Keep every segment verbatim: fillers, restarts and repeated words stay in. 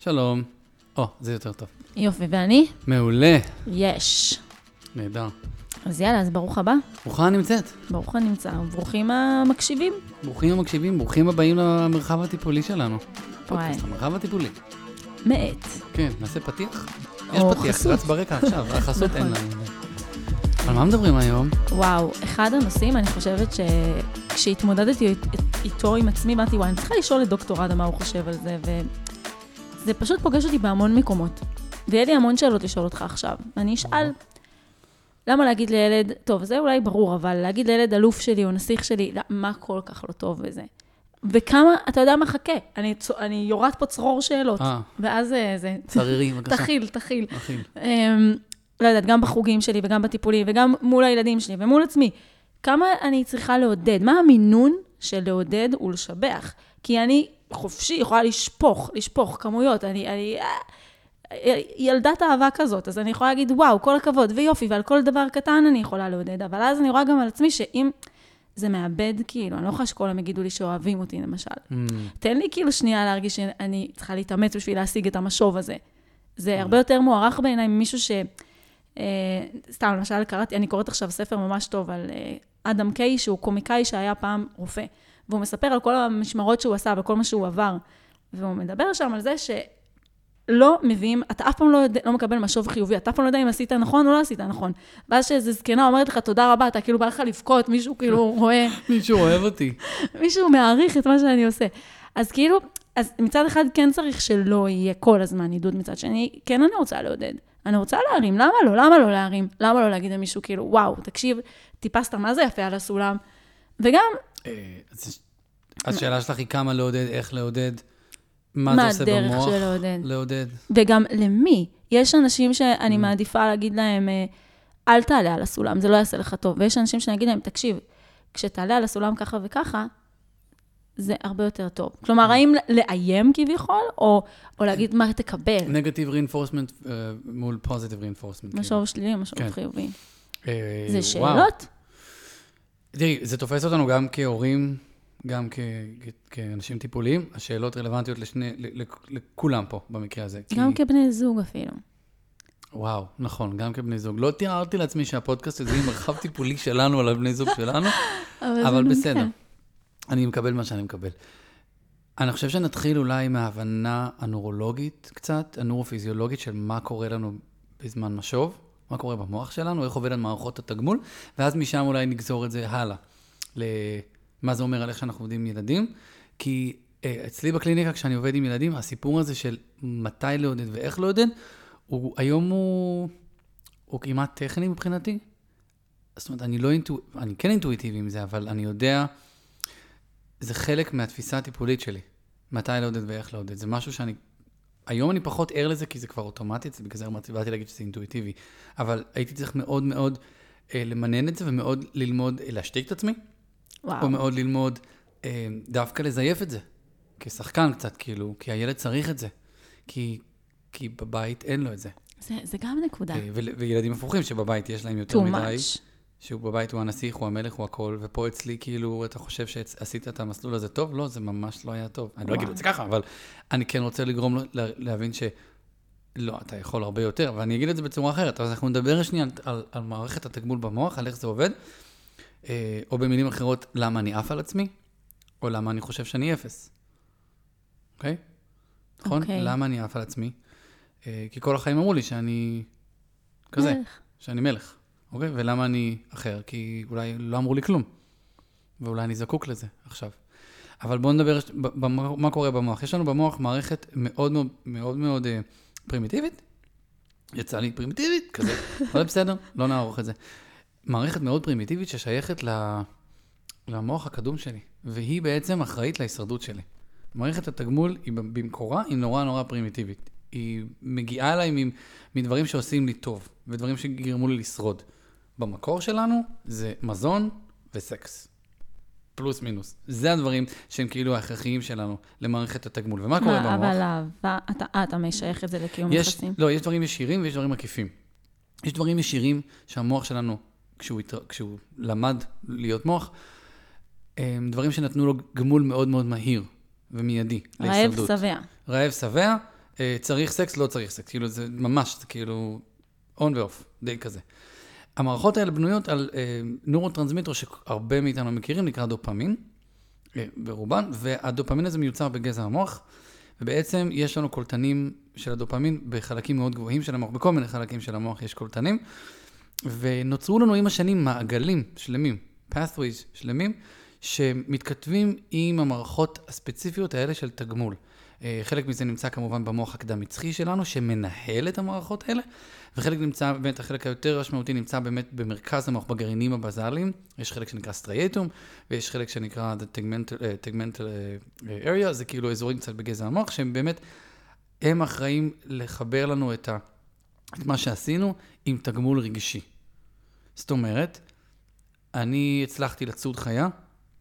שלום. או, זה יותר טוב. יופי, ואני? מעולה. יש. נהדר. אז יאללה, אז ברוך הבא. ברוכה נמצאת. ברוך הנמצא, ברוכים המקשיבים. ברוכים המקשיבים, ברוכים הבאים למרחב הטיפולי שלנו. פודקאסט, המרחב הטיפולי. מעט. כן, נעשה פתיח. יש או פתיח, חסות. רץ ברקע עכשיו, החסות אין נכון. לנו. על מה מדברים היום? וואו, אחד הנושאים, אני חושבת שכשהתמודדתי איתו עם עצמי, באתי, וואי, אני צריכה לשאול את דוקטור אדם מה הוא חושב על זה, וזה פשוט פוגש אותי בהמון מקומות. ויהיה לי המון שאלות לשאול אותך עכשיו. ואני אשאל, למה להגיד לילד, טוב, זה אולי ברור, אבל להגיד לילד אלוף שלי או נסיך שלי, מה כל כך לא טוב בזה? וכמה, אתה יודע מה חכה? אני, אני יורד פה צרור שאלות. אה. ואז זה... צרירי, בבקשה. תחיל, תחיל. תחיל. לא יודעת, גם בחוגים שלי וגם בטיפולים וגם מול הילדים שלי ומול עצמי. כמה אני צריכה לעודד? מה המינון של לעודד ולשבח? כי אני חופשי, יכולה לשפוך, לשפוך כמויות. אני, אני, ילדת אהבה כזאת, אז אני יכולה להגיד, וואו, כל הכבוד ויופי, ועל כל דבר קטן אני יכולה לעודד. אבל אז אני רואה גם על עצמי שאם זה מאבד, כאילו, אני לא יכולה שכולם יגידו לי שאוהבים אותי, למשל. Mm. תן לי כאילו שנייה להרגיש שאני צריכה להתאמץ בשביל להשיג את המשוב הזה. זה mm. הרבה יותר מוערך בעיניי ממישהו ש... Uh, סתם, למשל, קראתי, אני קוראת עכשיו ספר ממש טוב על uh, אדם קיי, שהוא קומיקאי שהיה פעם רופא. והוא מספר על כל המשמרות שהוא עשה, וכל מה שהוא עבר. והוא מדבר שם על זה שלא מביאים, אתה אף פעם לא, יודע, לא מקבל משוב חיובי, אתה אף פעם לא יודע אם עשית נכון או לא עשית נכון. ואז שאיזו זקנה אומרת לך, תודה רבה, אתה כאילו בא לך לבכות, מישהו כאילו רואה... מישהו אוהב אותי. מישהו מעריך את מה שאני עושה. אז כאילו, אז מצד אחד כן צריך שלא יהיה כל הזמן עידוד, מצד שני, כן אני רוצה לעודד. אני רוצה להרים, למה לא? למה לא להרים? למה לא להגיד למישהו כאילו, וואו, תקשיב, טיפסת מה זה יפה על הסולם. וגם... השאלה שלך היא כמה לעודד, איך לעודד, מה זה עושה במוח? מה הדרך של לעודד? לעודד. וגם למי? יש אנשים שאני מעדיפה להגיד להם, אל תעלה על הסולם, זה לא יעשה לך טוב. ויש אנשים שאני אגיד להם, תקשיב, כשתעלה על הסולם ככה וככה, זה הרבה יותר טוב. כלומר, האם לאיים כביכול, או, או להגיד מה תקבל? Negative reinforcement uh, מול positive reinforcement. משוב שלילי, משוב כן. חיובי. אה, זה שאלות? תראי, זה תופס אותנו גם כהורים, גם כ- כ- כאנשים טיפוליים. השאלות רלוונטיות לשני, ל- ל- לכולם פה, במקרה הזה. גם כי... כבני זוג אפילו. וואו, נכון, גם כבני זוג. לא תיארתי לעצמי שהפודקאסט הזה יהיה מרחב טיפולי שלנו על הבני זוג שלנו, אבל, אבל בסדר. אני מקבל מה שאני מקבל. אני חושב שנתחיל אולי מההבנה הנורולוגית קצת, הנורופיזיולוגית של מה קורה לנו בזמן משוב, מה קורה במוח שלנו, איך עובד על מערכות התגמול, ואז משם אולי נגזור את זה הלאה, למה זה אומר על איך שאנחנו עובדים עם ילדים, כי אצלי בקליניקה כשאני עובד עם ילדים, הסיפור הזה של מתי לעודד ואיך לעודד, הוא, היום הוא, הוא כמעט טכני מבחינתי. זאת אומרת, אני, לא אינטו, אני כן אינטואיטיבי עם זה, אבל אני יודע... זה חלק מהתפיסה הטיפולית שלי. מתי לעודד ואיך לעודד. זה משהו שאני... היום אני פחות ער לזה, כי זה כבר אוטומטית, זה בגלל זה באתי להגיד שזה אינטואיטיבי. אבל הייתי צריך מאוד מאוד אה, למנן את זה, ומאוד ללמוד אה, להשתיק את עצמי. וואו. או מאוד ללמוד אה, דווקא לזייף את זה. כשחקן קצת, כאילו, כי הילד צריך את זה. כי, כי בבית אין לו את זה. זה, זה גם נקודה. אה, ו- וילדים הפוכים שבבית יש להם יותר too מדי. much. שהוא בבית הוא הנסיך, הוא המלך, הוא הכל, ופה אצלי כאילו, אתה חושב שעשית את המסלול הזה טוב? לא, זה ממש לא היה טוב. אני לא אגיד את זה ככה, אבל אני כן רוצה לגרום לו להבין שלא, אתה יכול הרבה יותר, ואני אגיד את זה בצורה אחרת. אז אנחנו נדבר שנייה על, על מערכת התגמול במוח, על איך זה עובד, או במילים אחרות, למה אני עף על עצמי, או למה אני חושב שאני אפס. אוקיי? נכון? אוקיי. למה אני עף על עצמי? כי כל החיים אמרו לי שאני כזה, מלך. שאני מלך. אוקיי? ולמה אני אחר? כי אולי לא אמרו לי כלום. ואולי אני זקוק לזה עכשיו. אבל בואו נדבר מה קורה במוח. יש לנו במוח מערכת מאוד מאוד מאוד מאוד פרימיטיבית. יצא לי פרימיטיבית, כזה. אבל בסדר, לא נערוך את זה. מערכת מאוד פרימיטיבית ששייכת למוח הקדום שלי. והיא בעצם אחראית להישרדות שלי. מערכת התגמול היא במקורה, היא נורא נורא פרימיטיבית. היא מגיעה אליי מדברים שעושים לי טוב, ודברים שגרמו לי לשרוד. במקור שלנו זה מזון וסקס. פלוס מינוס. זה הדברים שהם כאילו ההכרחיים שלנו למערכת התגמול. ומה קורה במוח? אבל אהבה, אתה, אתה משייך את זה לקיום יש, יחסים? לא, יש דברים ישירים ויש דברים עקיפים. יש דברים ישירים שהמוח שלנו, כשהוא, כשהוא למד להיות מוח, דברים שנתנו לו גמול מאוד מאוד מהיר ומיידי. רעב שבע. רעב שבע, צריך סקס, לא צריך סקס. כאילו, זה ממש, זה כאילו, און ואוף, די כזה. המערכות האלה בנויות על נורוטרנסמיטר שהרבה מאיתנו מכירים, נקרא דופמין, ברובן, והדופמין הזה מיוצר בגזע המוח, ובעצם יש לנו קולטנים של הדופמין בחלקים מאוד גבוהים של המוח, בכל מיני חלקים של המוח יש קולטנים, ונוצרו לנו עם השנים מעגלים שלמים, pathways שלמים, שמתכתבים עם המערכות הספציפיות האלה של תגמול. חלק מזה נמצא כמובן במוח הקדם-מצחי שלנו, שמנהל את המערכות האלה, וחלק נמצא, באמת, החלק היותר משמעותי נמצא באמת במרכז המוח, בגרעינים הבזליים. יש חלק שנקרא סטרייטום, ויש חלק שנקרא the tegmental, uh, tegmental area, זה כאילו אזורים קצת בגזע המוח, שהם באמת, הם אחראים לחבר לנו את, ה, את מה שעשינו עם תגמול רגשי. זאת אומרת, אני הצלחתי לצוד חיה,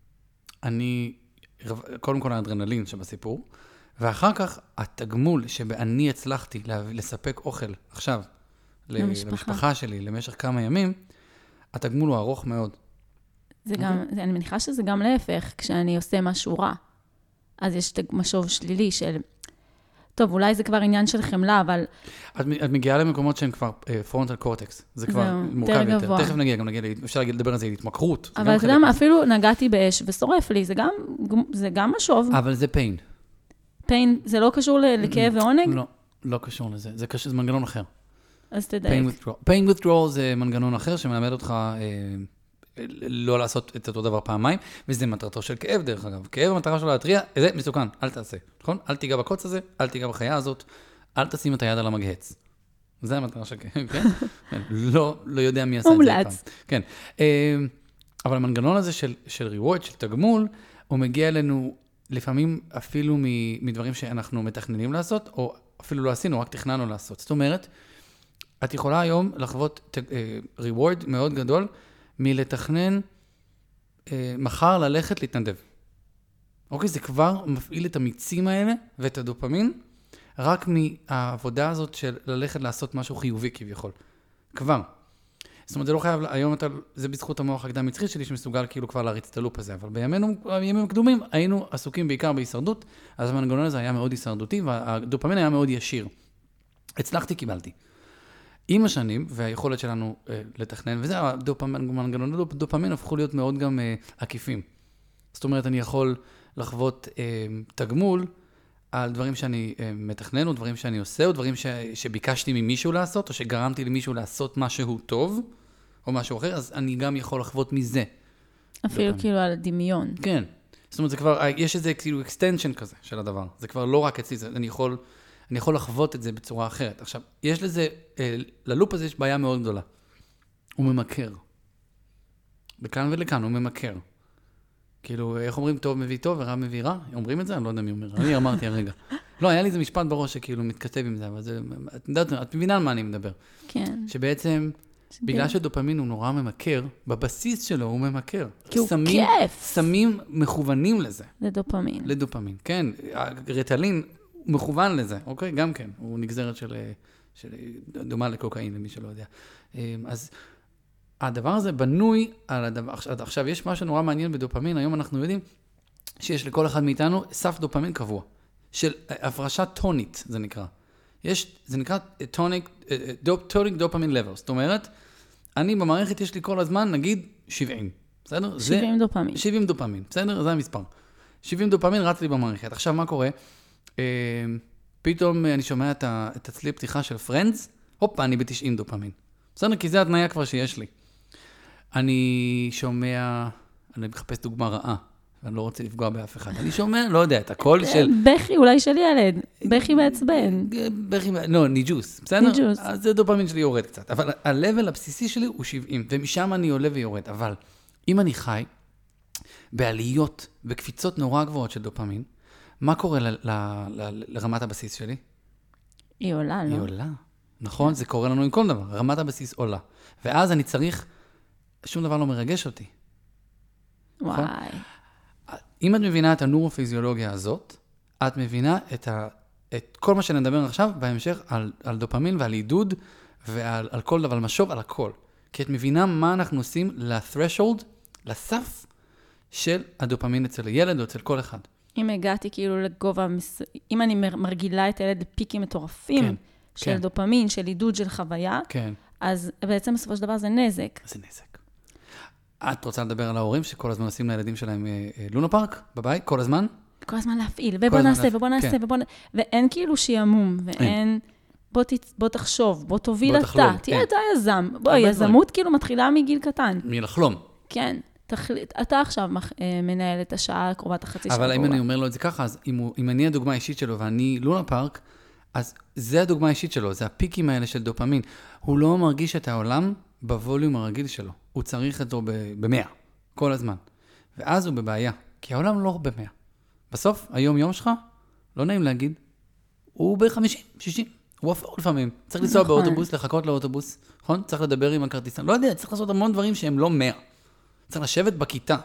אני, קודם כל האדרנלין שבסיפור, ואחר כך התגמול שבאני הצלחתי לספק אוכל עכשיו, למשפחה. למשפחה שלי, למשך כמה ימים, התגמול הוא ארוך מאוד. זה גם, okay. אני מניחה שזה גם להפך, כשאני עושה משהו רע, אז יש משוב שלילי של, טוב, אולי זה כבר עניין של חמלה, אבל... את, את מגיעה למקומות שהם כבר פרונטל קורטקס, זה כבר מורכב יותר. תכף נגיע, גם נגיע, אפשר לדבר על זה, התמכרות. אבל אתה יודע מה, אפילו נגעתי באש ושורף לי, זה גם, זה גם משוב. אבל זה pain. pain, זה לא קשור לכאב ועונג? לא, לא קשור לזה, זה קשור, זה מנגנון אחר. אז תדייק. pain withdrawal. pain withdrawal זה מנגנון אחר שמלמד אותך אה, לא לעשות את אותו דבר פעמיים, וזה מטרתו של כאב דרך אגב. כאב המטרה שלו להתריע, זה מסוכן, אל תעשה, נכון? אל תיגע בקוץ הזה, אל תיגע בחיה הזאת, אל תשים את היד על המגהץ. זה המטרה של כאב, כן? לא, לא יודע מי עשה את זה פעם. מומלץ. כן. אה, אבל המנגנון הזה של, של reward, של תגמול, הוא מגיע אלינו לפעמים אפילו מדברים שאנחנו מתכננים לעשות, או אפילו לא עשינו, רק תכננו לעשות. זאת אומרת, את יכולה היום לחוות reward מאוד גדול מלתכנן מחר ללכת להתנדב. אוקיי, זה כבר מפעיל את המיצים האלה ואת הדופמין, רק מהעבודה הזאת של ללכת לעשות משהו חיובי כביכול. כבר. זאת אומרת, זה לא חייב, היום אתה, זה בזכות המוח הקדם-מצחי שלי שמסוגל כאילו כבר להריץ את הלופ הזה, אבל בימינו, בימים הקדומים, היינו עסוקים בעיקר בהישרדות, אז המנגנון הזה היה מאוד הישרדותי, והדופמין היה מאוד ישיר. הצלחתי, קיבלתי. עם השנים, והיכולת שלנו אה, לתכנן, וזה הדופמין, מנגנון הדופמין הפכו להיות מאוד גם אה, עקיפים. זאת אומרת, אני יכול לחוות אה, תגמול על דברים שאני אה, מתכנן, או דברים שאני עושה, או דברים ש, שביקשתי ממישהו לעשות, או שגרמתי למישהו לעשות משהו טוב, או משהו אחר, אז אני גם יכול לחוות מזה. אפילו דופמין. כאילו על דמיון. כן. זאת אומרת, זה כבר, יש איזה כאילו extension כזה של הדבר. זה כבר לא רק אצלי, זה, אני יכול... אני יכול לחוות את זה בצורה אחרת. עכשיו, יש לזה, ללופ הזה יש בעיה מאוד גדולה. הוא ממכר. לכאן ולכאן, הוא ממכר. כאילו, איך אומרים טוב מביא טוב ורע מביא רע? אומרים את זה? אני לא יודע מי אומר. אני אמרתי הרגע. לא, היה לי איזה משפט בראש שכאילו מתכתב עם זה, אבל זה, את יודעת, את מבינה על מה אני מדבר. כן. שבעצם, בגלל שדופמין הוא נורא ממכר, בבסיס שלו הוא ממכר. כי הוא כיף. סמים מכוונים לזה. לדופמין. לדופמין, כן. רטלין, מכוון לזה, אוקיי? גם כן, הוא נגזרת של, של דומה לקוקאין, למי שלא יודע. אז הדבר הזה בנוי על הדבר, עכשיו יש משהו נורא מעניין בדופמין, היום אנחנו יודעים שיש לכל אחד מאיתנו סף דופמין קבוע, של הפרשה טונית, זה נקרא. יש, זה נקרא טוניק, טוניק דופמין לבל, זאת אומרת, אני במערכת יש לי כל הזמן, נגיד, שבעים, בסדר? שבעים זה, דופמין. שבעים דופמין, בסדר? זה המספר. שבעים דופמין רץ לי במערכת. עכשיו, מה קורה? פתאום אני שומע את הצליל פתיחה של פרנדס, הופה, אני ב-תשעים דופמין. בסדר, כי זה התניה כבר שיש לי. אני שומע, אני מחפש דוגמה רעה, ואני לא רוצה לפגוע באף אחד. אני שומע, לא יודע, את הקול של... בכי, אולי של ילד. בכי מעצבן. בכי, לא, ניג'וס, בסדר? ניג'וס. אז זה דופמין שלי יורד קצת. אבל ה-level הבסיסי שלי הוא שבעים, ומשם אני עולה ויורד. אבל אם אני חי בעליות וקפיצות נורא גבוהות של דופמין, מה קורה ל- ל- ל- לרמת הבסיס שלי? היא עולה, לא? היא עולה. נכון, זה קורה לנו עם כל דבר. רמת הבסיס עולה. ואז אני צריך, שום דבר לא מרגש אותי. וואי. אם את מבינה את הנורופיזיולוגיה הזאת, את מבינה את, ה, את כל מה שנדבר עכשיו בהמשך על, על דופמין ועל עידוד ועל על כל דבר, משוב על הכל. כי את מבינה מה אנחנו עושים ל-threshold, לסף של הדופמין אצל הילד או אצל כל אחד. אם הגעתי כאילו לגובה, אם אני מרגילה את הילד לפיקים מטורפים, כן, של כן. דופמין, של עידוד של חוויה, כן. אז בעצם בסופו של דבר זה נזק. זה נזק. את רוצה לדבר על ההורים שכל הזמן עושים לילדים שלהם לונה פארק בבית, כל הזמן? כל הזמן להפעיל, ובוא נעשה, ובוא נעשה, ובוא נעשה, ואין כאילו שיעמום, ואין, בוא תחשוב, בוא תוביל אתה, תהיה אתה יזם. בוא, יזמות כאילו מתחילה מגיל קטן. מלחלום. כן. אתה עכשיו מנהל את השעה הקרובת החצי שעה. אבל אם אני אומר לו את זה ככה, אז אם אני הדוגמה האישית שלו ואני לונה פארק, אז זה הדוגמה האישית שלו, זה הפיקים האלה של דופמין. הוא לא מרגיש את העולם בווליום הרגיל שלו. הוא צריך אותו במאה, כל הזמן. ואז הוא בבעיה, כי העולם לא במאה. בסוף, היום יום שלך, לא נעים להגיד, הוא ב-חמישים, שישים, הוא אפור לפעמים. צריך לנסוע באוטובוס, לחכות לאוטובוס, נכון? צריך לדבר עם הכרטיסן. לא יודע, צריך לעשות המון דברים שהם לא מאה. צריך לשבת בכיתה.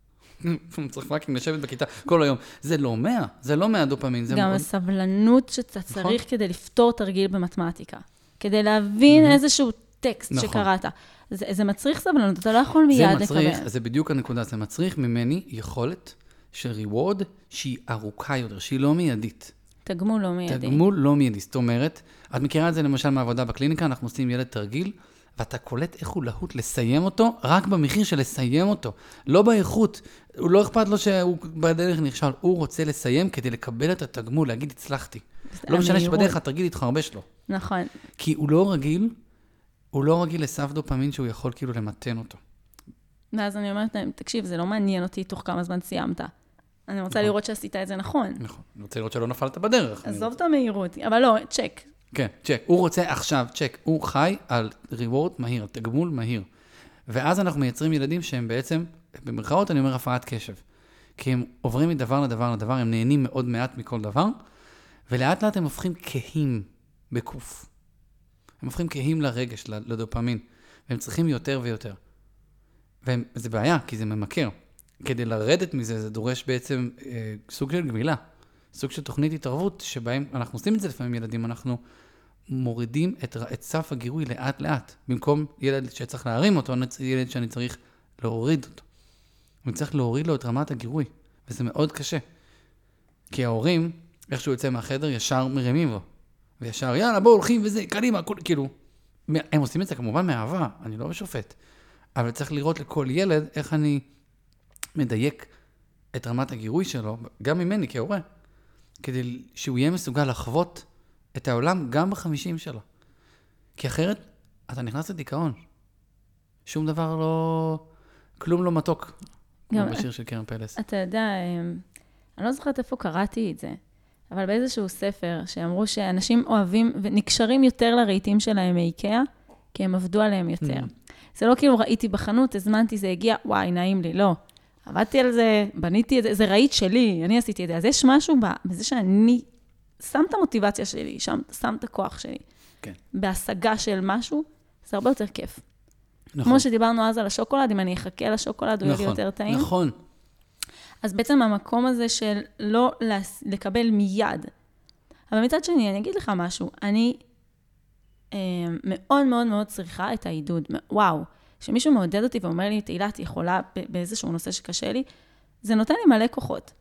צריך רק לשבת בכיתה כל היום. זה לא מאה, זה לא מאה דופמין. גם הסבלנות שאתה צריך כדי לפתור תרגיל במתמטיקה. כדי להבין איזשהו טקסט שקראת. זה מצריך סבלנות, אתה לא יכול מיד לקבל. זה בדיוק הנקודה, זה מצריך ממני יכולת של ריוורד שהיא ארוכה יותר, שהיא לא מיידית. תגמול לא מיידי. תגמול לא מיידי. זאת אומרת, את מכירה את זה למשל מעבודה בקליניקה, אנחנו עושים ילד תרגיל, ואתה קולט איך הוא להוט לסיים אותו, רק במחיר של לסיים אותו. לא באיכות, הוא לא אכפת לו שהוא בדרך נכשל, הוא רוצה לסיים כדי לקבל את התגמול, להגיד, הצלחתי. לא משנה שבדרך התרגיל יתחרבש לו. נכון. כי הוא לא רגיל, הוא לא רגיל לסף דופמין שהוא יכול כאילו למתן אותו. ואז אני אומרת להם, תקשיב, זה לא מעניין אותי תוך כמה זמן סיימת. אני רוצה לראות שעשית את זה נכון. נכון. אני רוצה לראות שלא נפלת בדרך. עזוב את המהירות, אבל לא, צ'ק. כן, צ'ק. הוא רוצה עכשיו, צ'ק. הוא חי על ריוורד מהיר, על תגמול מהיר. ואז אנחנו מייצרים ילדים שהם בעצם, במרכאות אני אומר הפרעת קשב. כי הם עוברים מדבר לדבר לדבר, הם נהנים מאוד מעט מכל דבר, ולאט לאט הם הופכים כהים בקוף. הם הופכים כהים לרגש, לדופמין, והם צריכים יותר ויותר. וזה בעיה, כי זה ממכר. כדי לרדת מזה, זה דורש בעצם אה, סוג של גמילה, סוג של תוכנית התערבות, שבהם אנחנו עושים את זה לפעמים ילדים, אנחנו מורידים את, את סף הגירוי לאט לאט, במקום ילד שצריך להרים אותו, ילד שאני צריך להוריד אותו. אני צריך להוריד לו את רמת הגירוי, וזה מאוד קשה. כי ההורים, איך שהוא יוצא מהחדר, ישר מרימים בו, וישר, יאללה, בואו הולכים וזה, קדימה, כל, כאילו, הם עושים את זה כמובן מאהבה, אני לא שופט, אבל צריך לראות לכל ילד איך אני מדייק את רמת הגירוי שלו, גם ממני כהורה, כדי שהוא יהיה מסוגל לחוות את העולם גם בחמישים שלו. כי אחרת, אתה נכנס לדיכאון. שום דבר לא, כלום לא מתוק. כמו בשיר של קרן פלס. אתה יודע, אני לא זוכרת איפה קראתי את זה, אבל באיזשהו ספר שאמרו שאנשים אוהבים ונקשרים יותר לרהיטים שלהם מאיקאה, כי הם עבדו עליהם יותר. זה לא כאילו ראיתי בחנות, הזמנתי, זה הגיע, וואי, נעים לי, לא. עבדתי על זה, בניתי את זה, זה רהיט שלי, אני עשיתי את זה. אז יש משהו בזה שאני שם את המוטיבציה שלי, שם, שם את הכוח שלי. כן. בהשגה של משהו, זה הרבה יותר כיף. נכון. כמו שדיברנו אז על השוקולד, אם אני אחכה לשוקולד, הוא נכון, יהיה לי יותר טעים. נכון. אז בעצם המקום הזה של לא לקבל מיד. אבל מצד שני, אני אגיד לך משהו, אני אה, מאוד מאוד מאוד צריכה את העידוד. וואו. שמישהו מעודד אותי ואומר לי, תהילה, את יכולה באיזשהו נושא שקשה לי, זה נותן לי מלא כוחות.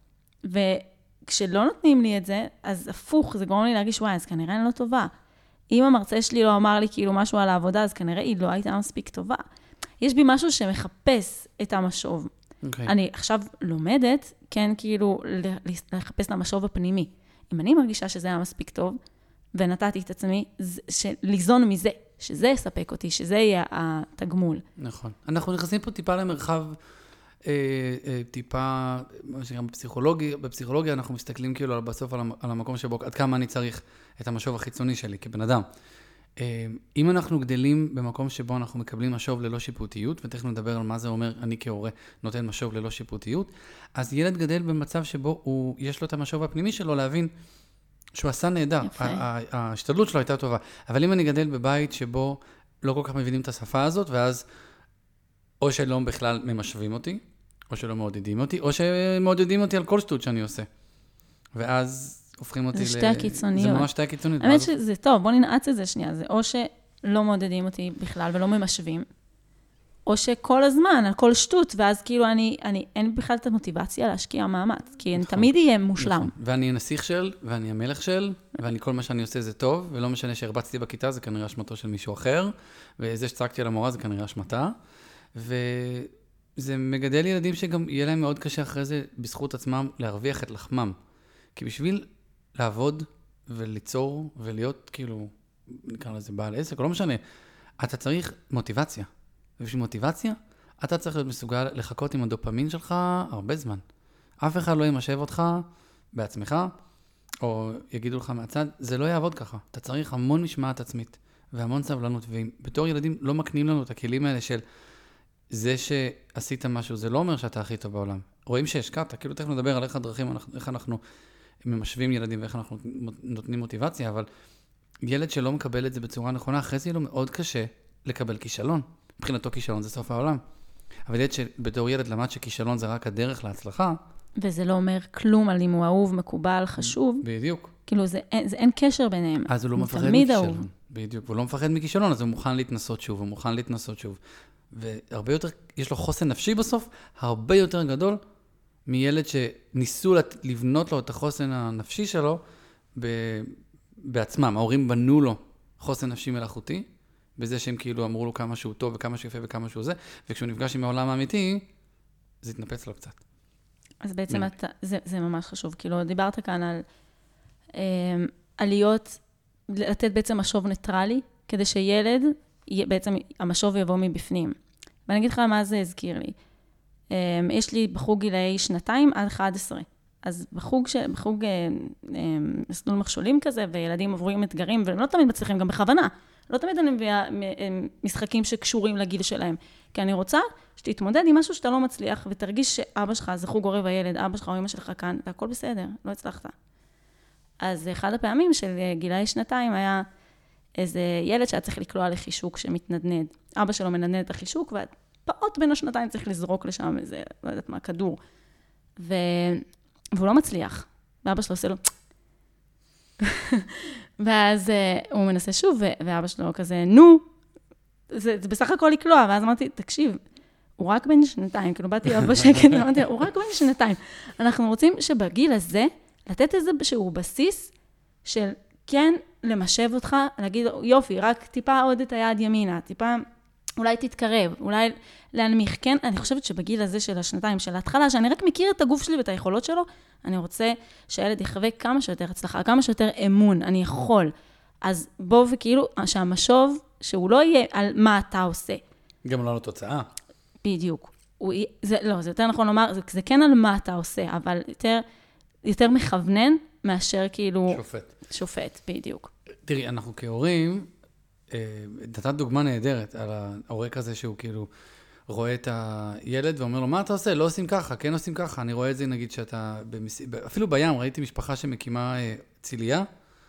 וכשלא נותנים לי את זה, אז הפוך, זה גורם לי להרגיש, וואי, אז כנראה אני לא טובה. אם המרצה שלי לא אמר לי כאילו משהו על העבודה, אז כנראה היא לא הייתה מספיק טובה. יש בי משהו שמחפש את המשוב. Okay. אני עכשיו לומדת, כן, כאילו, לחפש את המשוב הפנימי. אם אני מרגישה שזה היה מספיק טוב, ונתתי את עצמי, ליזון מזה. שזה יספק אותי, שזה יהיה התגמול. נכון. אנחנו נכנסים פה טיפה למרחב, אה, אה, טיפה, מה שגם בפסיכולוגיה, בפסיכולוגיה אנחנו מסתכלים כאילו בסוף על, על המקום שבו, עד כמה אני צריך את המשוב החיצוני שלי כבן אדם. אה, אם אנחנו גדלים במקום שבו אנחנו מקבלים משוב ללא שיפוטיות, ותכף נדבר על מה זה אומר, אני כהורה נותן משוב ללא שיפוטיות, אז ילד גדל במצב שבו הוא, יש לו את המשוב הפנימי שלו להבין, שהוא עשה נהדר, ההשתדלות שלו הייתה טובה. אבל אם אני גדל בבית שבו לא כל כך מבינים את השפה הזאת, ואז או שלא בכלל ממשווים אותי, או שלא מעודדים אותי, או שמעודדים אותי על כל שטות שאני עושה. ואז הופכים אותי ל... זה שתי הקיצוניות. זה ממש שתי הקיצוניות. האמת שזה טוב, בוא ננעץ את זה שנייה. זה או שלא מעודדים אותי בכלל ולא ממשווים, או שכל הזמן, על כל שטות, ואז כאילו אני, אני, אין בכלל את המוטיבציה להשקיע מאמץ, כי אני תמיד יהיה מושלם. ואני הנסיך של, ואני המלך של, ואני כל מה שאני עושה זה טוב, ולא משנה שהרבצתי בכיתה, זה כנראה אשמתו של מישהו אחר, וזה שצעקתי על המורה, זה כנראה אשמתה, וזה מגדל ילדים שגם יהיה להם מאוד קשה אחרי זה, בזכות עצמם, להרוויח את לחמם. כי בשביל לעבוד וליצור ולהיות כאילו, נקרא לזה בעל עסק, או לא משנה, אתה צריך מוטיבציה. ובשביל מוטיבציה, אתה צריך להיות מסוגל לחכות עם הדופמין שלך הרבה זמן. אף אחד לא ימשב אותך בעצמך, או יגידו לך מהצד, זה לא יעבוד ככה. אתה צריך המון משמעת עצמית, והמון סבלנות, ובתור ילדים לא מקנים לנו את הכלים האלה של זה שעשית משהו, זה לא אומר שאתה הכי טוב בעולם. רואים שהשקעת, כאילו תכף נדבר על איך הדרכים, איך אנחנו ממשווים ילדים, ואיך אנחנו נותנים מוטיבציה, אבל ילד שלא מקבל את זה בצורה נכונה, אחרי זה יהיה לו מאוד קשה לקבל כישלון. מבחינתו כישלון זה סוף העולם. אבל ילד שבתור ילד למד שכישלון זה רק הדרך להצלחה. וזה לא אומר כלום על אם הוא אהוב, מקובל, חשוב. בדיוק. כאילו זה, זה אין קשר ביניהם. אז הוא לא מפחד מכישלון. בדיוק. הוא לא מפחד מכישלון, אז הוא מוכן להתנסות שוב, הוא מוכן להתנסות שוב. והרבה יותר, יש לו חוסן נפשי בסוף, הרבה יותר גדול מילד שניסו לבנות לו את החוסן הנפשי שלו בעצמם. ההורים בנו לו חוסן נפשי מלאכותי, בזה שהם כאילו אמרו לו כמה שהוא טוב וכמה שהוא יפה וכמה שהוא זה, וכשהוא נפגש עם העולם האמיתי, זה התנפץ לו קצת. אז בעצם אתה, זה, זה ממש חשוב. כאילו, דיברת כאן על אה, עליות, לתת בעצם משוב ניטרלי, כדי שילד, בעצם המשוב יבוא מבפנים. ואני אגיד לך מה זה הזכיר לי. אה, יש לי בחוג גילאי שנתיים עד אחת עשרה. אז בחוג, ש... בחוג אה, אה, מסלול מכשולים כזה, וילדים עוברים אתגרים, והם לא תמיד מצליחים, גם בכוונה. לא תמיד אני מביאה משחקים שקשורים לגיל שלהם. כי אני רוצה שתתמודד עם משהו שאתה לא מצליח, ותרגיש שאבא שלך, זה חוג הורה וילד, אבא שלך או אמא שלך כאן, והכל בסדר, לא הצלחת. אז אחד הפעמים של גילאי שנתיים היה איזה ילד שהיה צריך לקלוע לחישוק שמתנדנד. אבא שלו מנדנד את החישוק, והפעוט בין השנתיים צריך לזרוק לשם איזה, לא יודעת מה, כדור. ו... והוא לא מצליח. ואבא שלו עושה לו... ואז uh, הוא מנסה שוב, ואבא שלו כזה, נו, זה, זה בסך הכל לקלוע, ואז אמרתי, תקשיב, הוא רק בן שנתיים, כאילו באתי אבא שקט, אמרתי, הוא רק בן שנתיים. אנחנו רוצים שבגיל הזה, לתת איזה שהוא בסיס של כן למשב אותך, להגיד, יופי, רק טיפה עוד את היד ימינה, טיפה, אולי תתקרב, אולי להנמיך. כן, אני חושבת שבגיל הזה של השנתיים, של ההתחלה, שאני רק מכיר את הגוף שלי ואת היכולות שלו, אני רוצה שהילד יחווה כמה שיותר הצלחה, כמה שיותר אמון, אני יכול. אז בוא וכאילו, שהמשוב, שהוא לא יהיה על מה אתה עושה. גם לא על התוצאה. בדיוק. הוא, זה, לא, זה יותר נכון לומר, זה, זה כן על מה אתה עושה, אבל יותר, יותר מכוונן מאשר כאילו... שופט. שופט, בדיוק. תראי, אנחנו כהורים, נתת דוגמה נהדרת על ההורה כזה שהוא כאילו רואה את הילד ואומר לו, מה אתה עושה? לא עושים ככה, כן עושים ככה. אני רואה את זה, נגיד, שאתה, במס... אפילו בים, ראיתי משפחה שמקימה ציליה,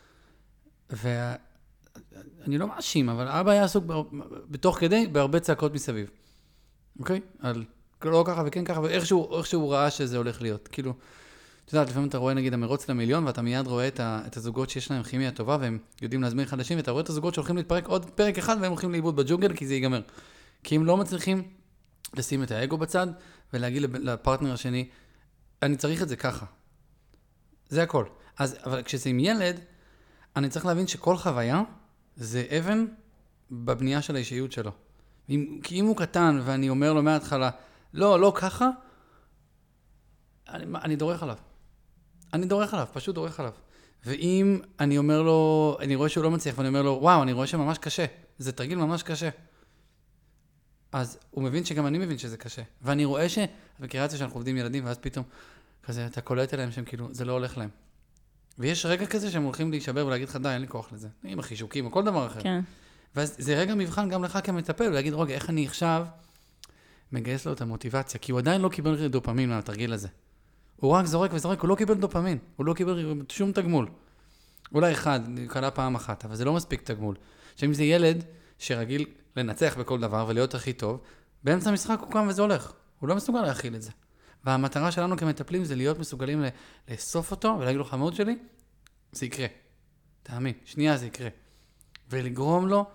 ואני לא מאשים, אבל אבא היה עסוק בתוך כדי, בהרבה צעקות מסביב. אוקיי? על לא ככה וכן ככה, ואיכשהו איכשהו ראה שזה הולך להיות. כאילו, אתה יודעת, לפעמים אתה רואה נגיד המרוץ למיליון, ואתה מיד רואה את, ה, את הזוגות שיש להם כימיה טובה, והם יודעים להזמין חדשים, ואתה רואה את הזוגות שהולכים להתפרק עוד פרק אחד, והם הולכים לאיבוד בג'ונגל, כי זה ייגמר. כי הם לא מצליחים לשים את האגו בצד, ולהגיד לפרטנר השני, אני צריך את זה ככה. זה הכל. אז, אבל כשזה עם ילד, אני צריך להבין שכל חוויה, זה אבן בבנייה של האישיות שלו. אם, כי אם הוא קטן, ואני אומר לו מההתחלה, לא, לא ככה, אני, אני דורך עליו. אני דורך עליו, פשוט דורך עליו. ואם אני אומר לו, אני רואה שהוא לא מצליח, ואני אומר לו, וואו, אני רואה שממש קשה. זה תרגיל ממש קשה. אז הוא מבין שגם אני מבין שזה קשה. ואני רואה ש... מכירה את זה שאנחנו עובדים ילדים, ואז פתאום, כזה, אתה קולט אליהם שהם כאילו, זה לא הולך להם. ויש רגע כזה שהם הולכים להישבר ולהגיד לך, די, אין לי כוח לזה. עם החישוקים או כל דבר אחר. כן. ואז זה רגע מבחן גם לך כמטפל, ולהגיד, רגע, איך אני עכשיו מגייס לו את המוטיבציה? כי הוא עדיין לא קיבל דופמין מהתרגיל הזה. הוא רק זורק וזורק, הוא לא קיבל דופמין. הוא לא קיבל שום תגמול. אולי אחד, קלה פעם אחת, אבל זה לא מספיק תגמול. שאם זה ילד שרגיל לנצח בכל דבר ולהיות הכי טוב, באמצע המשחק הוא קם וזה הולך. הוא לא מסוגל להכיל את זה. והמטרה שלנו כמטפלים זה להיות מסוגלים לאסוף אותו ולהגיד לו, חמוד שלי, זה יקרה. תאמין, שנייה זה יקרה. ולגרום לו,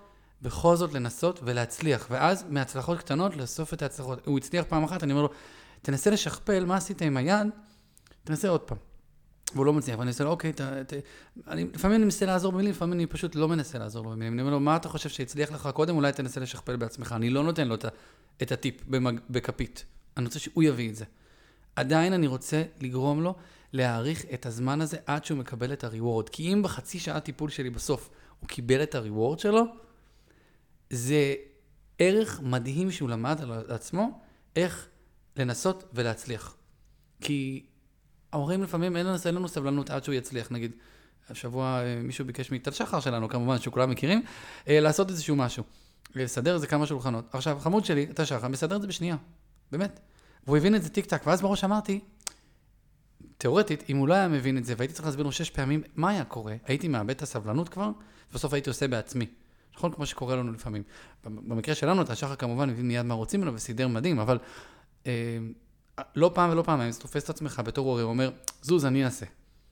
בכל זאת לנסות ולהצליח, ואז מהצלחות קטנות לאסוף את ההצלחות. הוא הצליח פעם אחת, אני אומר לו, תנסה לשכפל, מה עשית עם היד? תנסה עוד פעם. והוא לא מצליח, ואני אנסה לו, אוקיי, ת, ת, אני, לפעמים אני מנסה לעזור במילים, לפעמים אני פשוט לא מנסה לעזור לו במילים. אני אומר לו, מה אתה חושב שהצליח לך קודם? אולי תנסה לשכפל בעצמך. אני לא נותן לו את, את הטיפ במג, בכפית. אני רוצה שהוא יביא את זה. עדיין אני רוצה לגרום לו להאריך את הזמן הזה עד שהוא מקבל את הריוורד. כי אם בחצי שעה טיפול שלי בסוף הוא קיבל את הריוורד שלו, זה ערך מדהים שהוא למד על עצמו, איך לנסות ולהצליח. כי ההורים לפעמים אין לנו, אין לנו סבלנות עד שהוא יצליח. נגיד, השבוע מישהו ביקש מתל שחר שלנו, כמובן, שכולם מכירים, לעשות איזשהו משהו. לסדר איזה כמה שולחנות. עכשיו, חמוד שלי, תל שחר, מסדר את זה בשנייה. באמת. והוא הבין את זה טיק טק, ואז בראש אמרתי, תיאורטית, אם הוא לא היה מבין את זה, והייתי צריך להסביר לו שש פעמים, מה היה קורה? הייתי מאבד את הסבלנות כבר, ובסוף הייתי עושה בעצמי. נכון? כמו שקורה לנו לפעמים. במקרה שלנו, תל שחר כמובן מבין מיד מה רוצים ממנו, וסידר מדהים, אבל אה, לא פעם ולא פעם, אתה תופס את עצמך בתור הורה, הוא אומר, זוז, אני אעשה.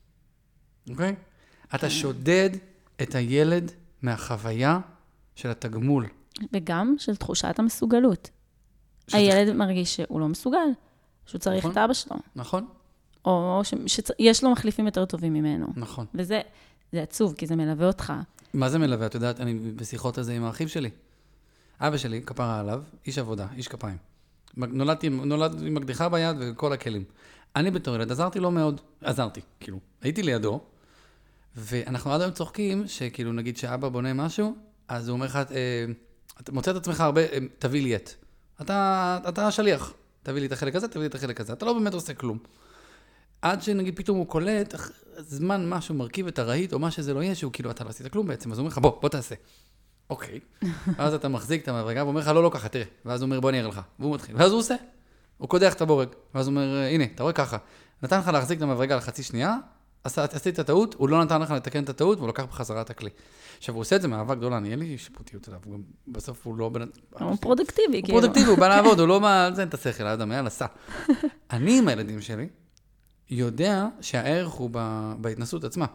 אוקיי? אתה שודד את הילד מהחוויה של התגמול. וגם של תחושת המסוגלות. הילד מרגיש שהוא לא מסוגל, שהוא צריך את אבא שלו. נכון. או שיש לו מחליפים יותר טובים ממנו. נכון. וזה עצוב, כי זה מלווה אותך. מה זה מלווה? את יודעת, אני בשיחות הזה עם האחיו שלי. אבא שלי, כפרה עליו, איש עבודה, איש כפיים. נולדתי, נולד עם מקדיחה ביד וכל הכלים. אני בתור ילד עזרתי לו מאוד, עזרתי, כאילו, הייתי לידו, ואנחנו עד היום צוחקים, שכאילו נגיד שאבא בונה משהו, אז הוא אומר לך, אתה מוצא את עצמך הרבה, תביא לי את. אתה, אתה השליח, תביא לי את החלק הזה, תביא לי את החלק הזה. אתה לא באמת עושה כלום. עד שנגיד פתאום הוא קולט, זמן משהו מרכיב את הרהיט, או מה שזה לא יהיה, שהוא כאילו, אתה לא עשית כלום בעצם, אז הוא אומר לך, בוא, בוא תעשה. אוקיי. ואז אתה מחזיק את המברגה, ואומר לך, לא, לא ככה, תראה. ואז הוא אומר, בוא אני אראה לך. והוא מתחיל. ואז הוא עושה. הוא קודח את הבורג. ואז הוא אומר, הנה, אתה רואה ככה. נתן לך להחזיק את המברגה לחצי שנייה, עשית את הטעות, הוא לא נתן לך לתקן את הטעות, והוא לקח בחזרה את הכלי. עכשיו, הוא עושה את זה מאהבה גדולה, אני אין לי שיפוטיות עליו, בסוף הוא לא... הוא פרודקטיבי, כאילו. הוא פרודקטיבי, הוא בא לעבוד, הוא לא מה... זה אין את השכל, האדם היה לסע. אני עם הילדים שלי יודע שהערך הוא בהתנסות עצמה.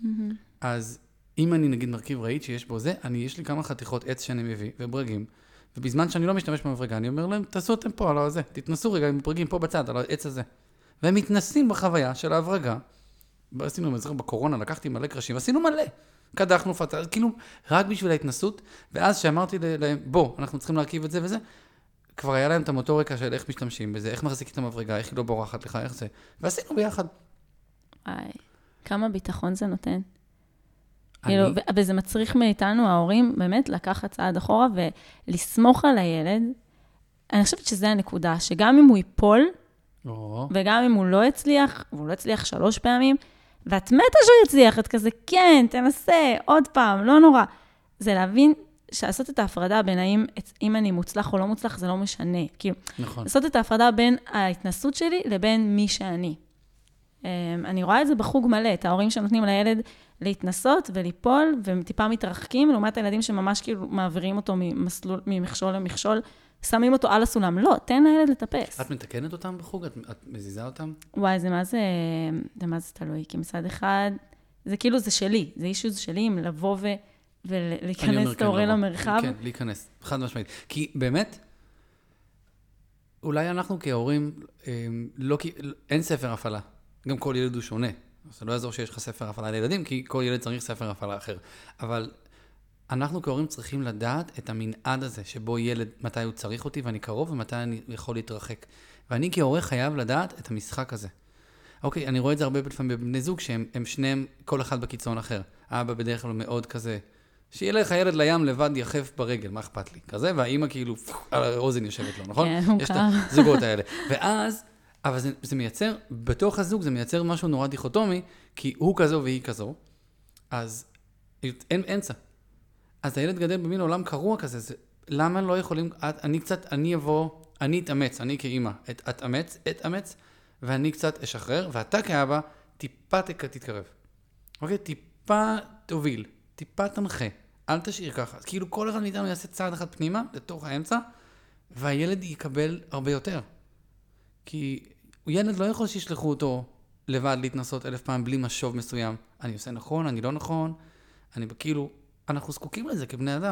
אז אם אני נגיד מרכיב רהיט שיש בו זה, אני, יש לי כמה חתיכות עץ שאני מביא וברגים, ובזמן שאני לא משתמש במברגה, אני אומר להם, תעשו אתם פה על הזה, תתנסו רגע עם ברגים פה בצד, על העץ הזה. והם מתנסים בחוויה של ההברגה, עשינו מזרח בקורונה, לקחתי מלא קרשים, עשינו מלא. קדחנו פתר, כאילו, רק בשביל ההתנסות, ואז שאמרתי להם, בוא, אנחנו צריכים להרכיב את זה וזה, כבר היה להם את המוטוריקה של איך משתמשים בזה, איך מחזיקים את המברגה, איך היא לא בורחת לך, איך זה, ועשינו ביחד. איי, כמה ביטחון זה נותן. כאילו, וזה מצריך מאיתנו, ההורים, באמת לקחת צעד אחורה ולסמוך על הילד. אני חושבת שזה הנקודה, שגם אם הוא ייפול, וגם אם הוא לא הצליח, והוא לא הצליח שלוש פעמים, ואת מתה שהוא יצליח, את כזה, כן, תנסה, עוד פעם, לא נורא. זה להבין שעשות את ההפרדה בין האם, אם אני מוצלח או לא מוצלח, זה לא משנה. כאילו, נכון. לעשות את ההפרדה בין ההתנסות שלי לבין מי שאני. אני רואה את זה בחוג מלא, את ההורים שנותנים לילד להתנסות וליפול, והם טיפה מתרחקים, לעומת הילדים שממש כאילו מעבירים אותו ממסלול, ממכשול למכשול, שמים אותו על הסולם. לא, תן לילד לטפס. את מתקנת אותם בחוג? את, את מזיזה אותם? וואי, זה מה זה, זה מה זה תלוי, כי מצד אחד, זה כאילו זה שלי, זה אישוז שלי, אם לבוא ו, ולהיכנס את ההורה למרחב. כן, להיכנס, חד משמעית. כי באמת, אולי אנחנו כהורים, לא, אין ספר הפעלה. גם כל ילד הוא שונה. זה לא יעזור שיש לך ספר הפעלה לילדים, כי כל ילד צריך ספר הפעלה אחר. אבל אנחנו כהורים צריכים לדעת את המנעד הזה, שבו ילד, מתי הוא צריך אותי ואני קרוב, ומתי אני יכול להתרחק. ואני כהורה חייב לדעת את המשחק הזה. אוקיי, אני רואה את זה הרבה פעמים בבני זוג, שהם הם שניהם, כל אחד בקיצון אחר. האבא בדרך כלל מאוד כזה, שילך הילד לים לבד יחף ברגל, מה אכפת לי? כזה, והאמא כאילו, על האוזן יושבת לו, נכון? כן, הוא יש את הזוגות האלה. ואז, אבל זה, זה מייצר, בתוך הזוג זה מייצר משהו נורא דיכוטומי, כי הוא כזו והיא כזו, אז אין אמצע. אז הילד גדל במין עולם קרוע כזה, זה, למה לא יכולים, אני קצת, אני אבוא, אני אתאמץ, אני כאמא, את, אתאמץ, אתאמץ, ואני קצת אשחרר, ואתה כאבא, טיפה תתקרב. אוקיי? טיפה תוביל, טיפה תנחה, אל תשאיר ככה. אז כאילו כל אחד מאיתנו יעשה צעד אחד פנימה, לתוך האמצע, והילד יקבל הרבה יותר. כי ילד לא יכול שישלחו אותו לבד להתנסות אלף פעם בלי משוב מסוים. אני עושה נכון, אני לא נכון, אני כאילו, אנחנו זקוקים לזה כבני אדם.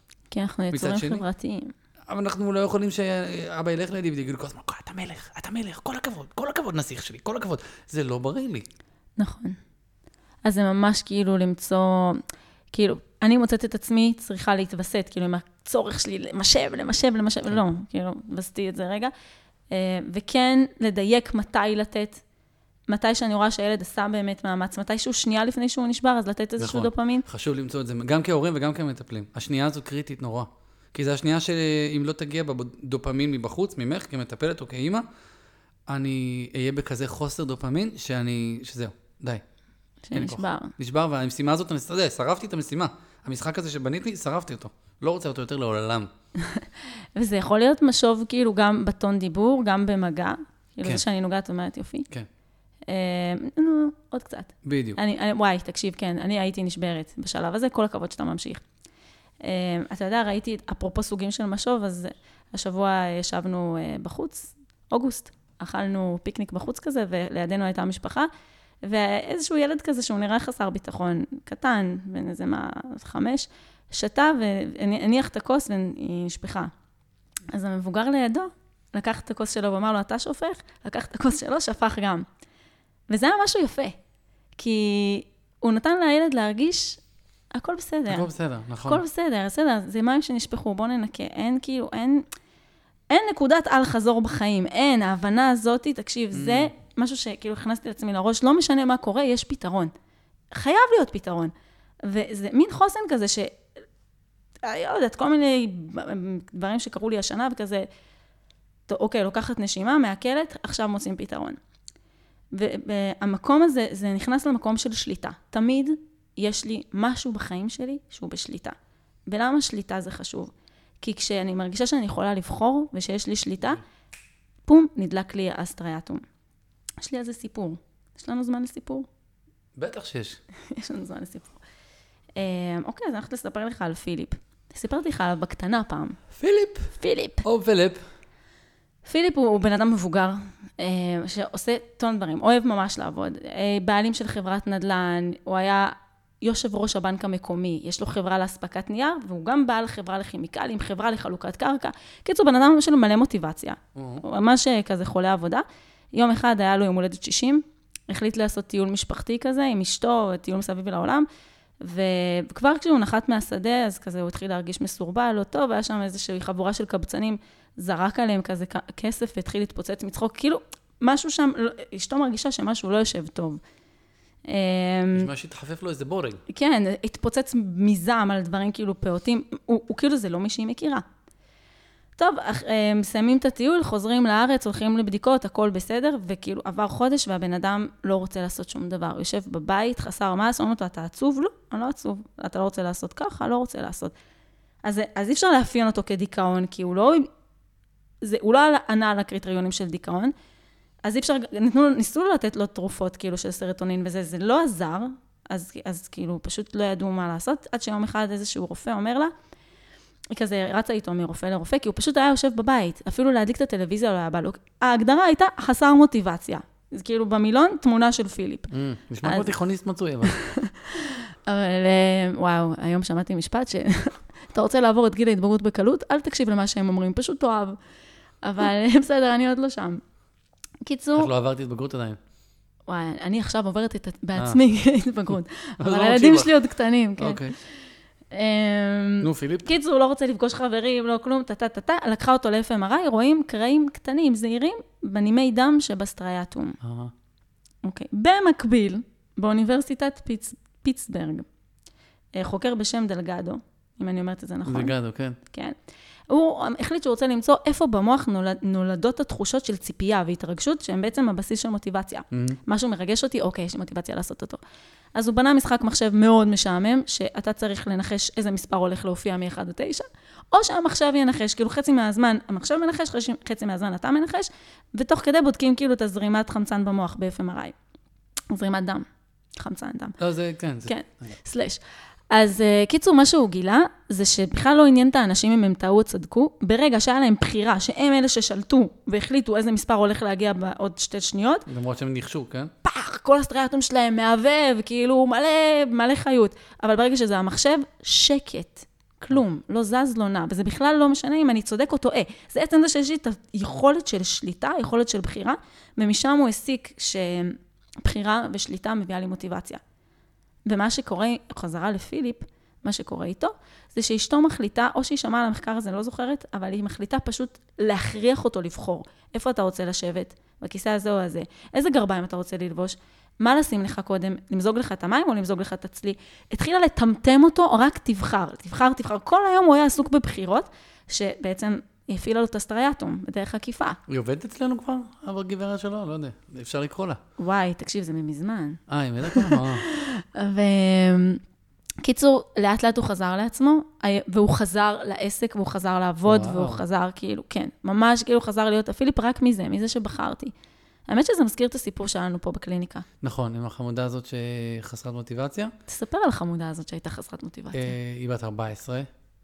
כי אנחנו יצורים חברתיים. אבל אנחנו לא יכולים שאבא ילך לידי ויגיד לי כל הזמן, אתה מלך, אתה מלך, כל הכבוד, כל הכבוד נסיך שלי, כל הכבוד. זה לא בריא לי. נכון. אז זה ממש כאילו למצוא, כאילו, אני מוצאת את עצמי, צריכה להתווסת, כאילו, עם הצורך שלי למשב, למשב, למשב, כן. לא, כאילו, וסתי את זה רגע. וכן, לדייק מתי לתת, מתי שאני רואה שהילד עשה באמת מאמץ, מתי שהוא שנייה לפני שהוא נשבר, אז לתת איזשהו נכון. דופמין. חשוב למצוא את זה, גם כהורים וגם כמטפלים. השנייה הזו קריטית נורא. כי זו השנייה שאם לא תגיע בדופמין מבחוץ, ממך, כמטפלת או כאימא, אני אהיה בכזה חוסר דופמין, שאני, שזהו, די. שנשבר. נשבר, והמשימה הזאת, אני יודע, שרפתי את המשימה. המשחק הזה שבניתי, שרפתי אותו. לא רוצה אותו יותר לעולם. וזה יכול להיות משוב, כאילו, גם בטון דיבור, גם במגע. כאילו, זה שאני נוגעת אומרת יופי. כן. נו, עוד קצת. בדיוק. וואי, תקשיב, כן, אני הייתי נשברת בשלב הזה, כל הכבוד שאתה ממשיך. אתה יודע, ראיתי, אפרופו סוגים של משוב, אז השבוע ישבנו בחוץ, אוגוסט, אכלנו פיקניק בחוץ כזה, ולידינו הייתה המשפחה, ואיזשהו ילד כזה שהוא נראה חסר ביטחון, קטן, בן איזה מה, חמש, שתה והניח את הכוס והיא נשפחה. אז המבוגר לידו לקח את הכוס שלו ואמר לו, אתה שופך? לקח את הכוס שלו, שפך גם. וזה היה משהו יפה, כי הוא נתן לילד להרגיש, הכל בסדר. הכל בסדר, נכון. הכל בסדר, בסדר, זה מים שנשפחו, בוא ננקה. אין כאילו, אין, אין נקודת על חזור בחיים, אין, ההבנה הזאת, תקשיב, זה משהו שכאילו הכנסתי לעצמי לראש, לא משנה מה קורה, יש פתרון. חייב להיות פתרון. וזה מין חוסן כזה ש... לא יודעת, כל מיני דברים שקראו לי השנה, וכזה, אוקיי, לוקחת נשימה, מעכלת, עכשיו מוצאים פתרון. והמקום הזה, זה נכנס למקום של שליטה. תמיד יש לי משהו בחיים שלי שהוא בשליטה. ולמה שליטה זה חשוב? כי כשאני מרגישה שאני יכולה לבחור, ושיש לי שליטה, פום, נדלק לי האסטריאטום. יש לי איזה סיפור. יש לנו זמן לסיפור? בטח שיש. יש לנו זמן לסיפור. אוקיי, אז אני הולכת לספר לך על פיליפ. סיפרתי לך עליו בקטנה פעם. פיליפ. פיליפ. או פיליפ. פיליפ הוא, הוא בן אדם מבוגר, שעושה טון דברים, אוהב ממש לעבוד. בעלים של חברת נדל"ן, הוא היה יושב ראש הבנק המקומי, יש לו חברה להספקת נייר, והוא גם בעל חברה לכימיקלים, חברה לחלוקת קרקע. קיצור, בן אדם שלו מלא מוטיבציה. הוא ממש כזה חולה עבודה. יום אחד היה לו יום הולדת שישים, החליט לעשות טיול משפחתי כזה, עם אשתו, טיול מסביב לעולם, וכבר כשהוא נחת מהשדה, אז כזה הוא התחיל להרגיש מסורבל, לא טוב, היה שם איזושהי חבורה של קבצנים, זרק עליהם כזה כסף, והתחיל להתפוצץ מצחוק, כאילו, משהו שם, אשתו מרגישה שמשהו לא יושב טוב. נשמע שהתחפף לו איזה בורג. כן, התפוצץ מזעם על דברים כאילו פעוטים, הוא, הוא כאילו זה לא מי שהיא מכירה. טוב, מסיימים את הטיול, חוזרים לארץ, הולכים לבדיקות, הכל בסדר, וכאילו עבר חודש והבן אדם לא רוצה לעשות שום דבר. הוא יושב בבית, חסר מעש, אומרים אותו, אתה עצוב? לא, אני לא עצוב. אתה לא רוצה לעשות ככה? לא רוצה לעשות. אז, אז אי אפשר לאפיין אותו כדיכאון, כי הוא לא, זה, הוא לא ענה על הקריטריונים של דיכאון, אז אי אפשר, ניתנו, ניסו לתת לו תרופות כאילו של סרטונין וזה, זה לא עזר, אז, אז כאילו פשוט לא ידעו מה לעשות, עד שיום אחד איזשהו רופא אומר לה, היא כזה רצה איתו מרופא לרופא, כי הוא פשוט היה יושב בבית, אפילו להדליק את הטלוויזיה לא היה בא לו. ההגדרה הייתה חסר מוטיבציה. זה כאילו במילון תמונה של פיליפ. נשמע כמו תיכוניסט מצוי, אבל. אבל וואו, היום שמעתי משפט שאתה רוצה לעבור את גיל ההתבגרות בקלות, אל תקשיב למה שהם אומרים, פשוט תאהב. אבל בסדר, אני עוד לא שם. קיצור... איך לא עברתי התבגרות עדיין? וואי, אני עכשיו עוברת בעצמי התבגרות. אבל הילדים שלי עוד קטנים, כן. אוקיי. נו, פיליפ. קיצור, הוא לא רוצה לפגוש חברים, לא כלום, טה-טה-טה, לקחה אותו ל-אף אם אר איי, רואים קרעים קטנים, זעירים, בנימי דם שבסטריאטום. אוקיי. במקביל, באוניברסיטת פיטסברג, חוקר בשם דלגדו, אם אני אומרת את זה נכון. דלגדו, כן. כן. הוא החליט שהוא רוצה למצוא איפה במוח נולד, נולדות התחושות של ציפייה והתרגשות, שהן בעצם הבסיס של מוטיבציה. Mm-hmm. משהו מרגש אותי, אוקיי, יש לי מוטיבציה לעשות אותו. אז הוא בנה משחק מחשב מאוד משעמם, שאתה צריך לנחש איזה מספר הולך להופיע מ-אחד עד תשע, או שהמחשב ינחש, כאילו חצי מהזמן, המחשב מנחש, חצי מהזמן אתה מנחש, ותוך כדי בודקים כאילו את הזרימת חמצן במוח ב-אף אם אר איי. זרימת דם, חמצן דם. לא, זה, כן. זה... כן, סלש. אז קיצור, מה שהוא גילה, זה שבכלל לא עניין את האנשים אם הם טעו או צדקו, ברגע שהיה להם בחירה, שהם אלה ששלטו והחליטו איזה מספר הולך להגיע בעוד שתי שניות. למרות שהם ניחשו, כן? פח, כל הסטריאטום שלהם מהבב, כאילו מלא, מלא חיות. אבל ברגע שזה המחשב, שקט. כלום, לא זז, לא נע, וזה בכלל לא משנה אם אני צודק או טועה. זה עצם זה שיש לי את היכולת של שליטה, היכולת של בחירה, ומשם הוא הסיק שבחירה ושליטה מביאה לי מוטיבציה. ומה שקורה, חזרה לפיליפ, מה שקורה איתו, זה שאשתו מחליטה, או שהיא שמעה על המחקר הזה, אני לא זוכרת, אבל היא מחליטה פשוט להכריח אותו לבחור. איפה אתה רוצה לשבת? בכיסא הזה או הזה? איזה גרביים אתה רוצה ללבוש? מה לשים לך קודם? למזוג לך את המים או למזוג לך את הצלי? התחילה לטמטם אותו, או רק תבחר. תבחר, תבחר. כל היום הוא היה עסוק בבחירות, שבעצם הפעילה לו את הסטריאטום, בדרך עקיפה. היא עובדת אצלנו כבר, אבל גברת שלו? לא יודע. אפשר לקרוא לה. וואי, תקשיב, זה ממזמן. אה, היא מלא כבר? ו... קיצור, לאט לאט הוא חזר לעצמו, והוא חזר לעסק, והוא חזר לעבוד, וואו. והוא חזר כאילו, כן, ממש כאילו חזר להיות הפיליפ רק מזה, מזה שבחרתי. האמת שזה מזכיר את הסיפור שלנו פה בקליניקה. נכון, עם החמודה הזאת שחסרת מוטיבציה. תספר על החמודה הזאת שהייתה חסרת מוטיבציה. היא בת ארבע עשרה,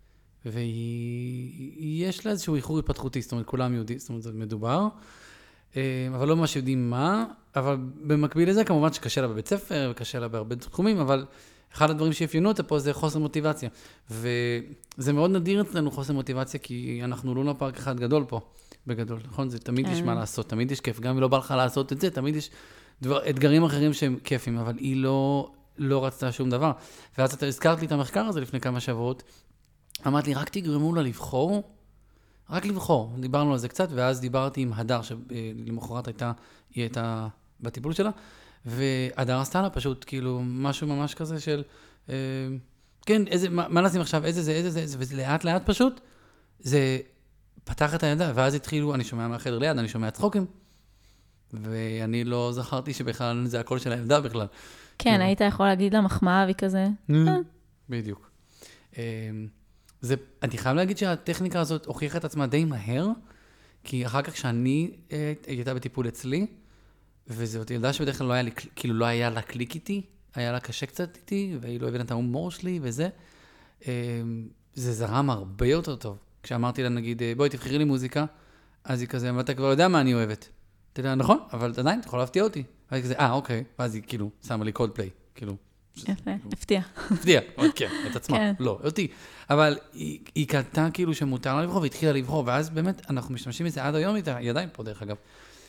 ויש לה איזשהו איחור התפתחותי, זאת אומרת, כולם יודעים, זאת אומרת, זה מדובר, אבל לא ממש יודעים מה, אבל במקביל לזה, כמובן שקשה לה בבית ספר, וקשה לה בהרבה תחומים, אבל אחד הדברים שאפיינו אותה פה זה חוסר מוטיבציה. וזה מאוד נדיר אצלנו חוסר מוטיבציה, כי אנחנו לונה פארק אחד גדול פה, בגדול, נכון? זה תמיד יש מה לעשות, תמיד יש כיף. גם אם לא בא לך לעשות את זה, תמיד יש דבר, אתגרים אחרים שהם כיפים, אבל היא לא, לא רצתה שום דבר. ואז אתה הזכרת לי את המחקר הזה לפני כמה שבועות, אמרת לי, רק תגרמו לה לבחור, רק לבחור. דיברנו על זה קצת, ואז דיברתי עם הדר, שלמחרת הייתה, היא הייתה בטיפול שלה, והדר עשתה לה פשוט, כאילו, משהו ממש כזה של, אה, כן, איזה, מה, מה נשים עכשיו, איזה זה, איזה זה, איזה, וזה לאט לאט פשוט, זה פתח את הידע, ואז התחילו, אני שומע מהחדר ליד, אני שומע צחוקים, ואני לא זכרתי שבכלל זה הקול של הילדה בכלל. כן, היית יכול להגיד לה מחמאה וכזה. בדיוק. זה, אני חייב להגיד שהטכניקה הזאת הוכיחה את עצמה די מהר, כי אחר כך שאני הייתה בטיפול אצלי, וזאת ילדה שבדרך כלל לא היה לי, כאילו לא היה לה קליק איתי, היה לה קשה קצת איתי, והיא לא הבינה את ההומור שלי וזה. זה זרם הרבה יותר טוב. כשאמרתי לה, נגיד, בואי תבחרי לי מוזיקה, אז היא כזה, ואתה כבר יודע מה אני אוהבת. אתה יודע, נכון, אבל עדיין, אתה יכול להפתיע אותי. ואז היא כזה, אה, אוקיי. ואז היא כאילו, שמה לי קוד פליי, כאילו. יפה, הפתיע. הפתיע, כן, את עצמה, לא, אותי. אבל היא קלטה כאילו שמותר לה לבחור, והתחילה לבחור, ואז באמת אנחנו משתמשים בזה עד היום איתה, היא עדיין פה דרך אגב.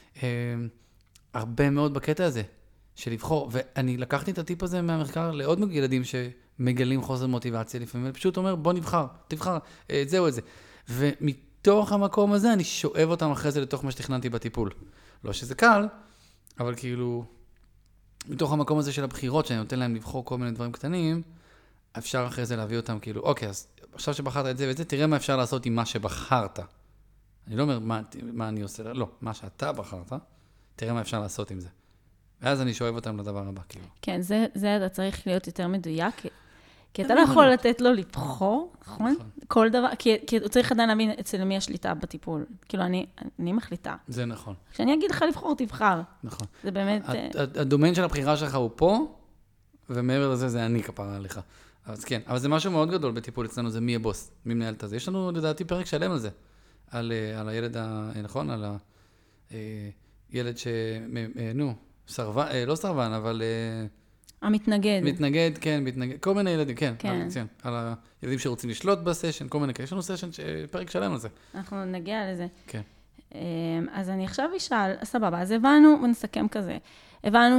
הרבה מאוד בקטע הזה, של לבחור, ואני לקחתי את הטיפ הזה מהמחקר לעוד ילדים שמגלים חוסר מוטיבציה לפעמים, ופשוט אומר, בוא נבחר, תבחר, זהו את זה. ומתוך המקום הזה אני שואב אותם אחרי זה לתוך מה שתכננתי בטיפול. לא שזה קל, אבל כאילו, מתוך המקום הזה של הבחירות, שאני נותן להם לבחור כל מיני דברים קטנים, אפשר אחרי זה להביא אותם כאילו, אוקיי, אז עכשיו שבחרת את זה ואת זה, תראה מה אפשר לעשות עם מה שבחרת. אני לא אומר מה, מה אני עושה, לא, מה שאתה בחרת, תראה מה אפשר לעשות עם זה. ואז אני שואב אותם לדבר הבא, כאילו. כן, זה, זה אתה צריך להיות יותר מדויק, כי אתה לא יכול לתת לו לבחור, נכון? כל דבר, כי, כי הוא צריך עדיין להבין אצל מי השליטה בטיפול. כאילו, אני, אני מחליטה. זה נכון. כשאני אגיד לך לבחור, תבחר. נכון. זה באמת... הדומיין של הבחירה שלך הוא פה, ומעבר לזה זה אני כפרה עליך. אז כן, אבל זה משהו מאוד גדול בטיפול אצלנו, זה מי הבוס, מי מנהל את זה. יש לנו לדעתי פרק שלם על זה, על, על הילד, נכון? על הילד ש... נו, סרבן, לא סרבן, אבל... המתנגד. מתנגד, כן, מתנגד, כל מיני ילדים, כן, כן. על הילדים שרוצים לשלוט בסשן, כל מיני, יש לנו סשן, פרק שלם על זה. אנחנו נגיע לזה. כן. אז אני עכשיו אשאל, סבבה, אז הבנו, ונסכם כזה, הבנו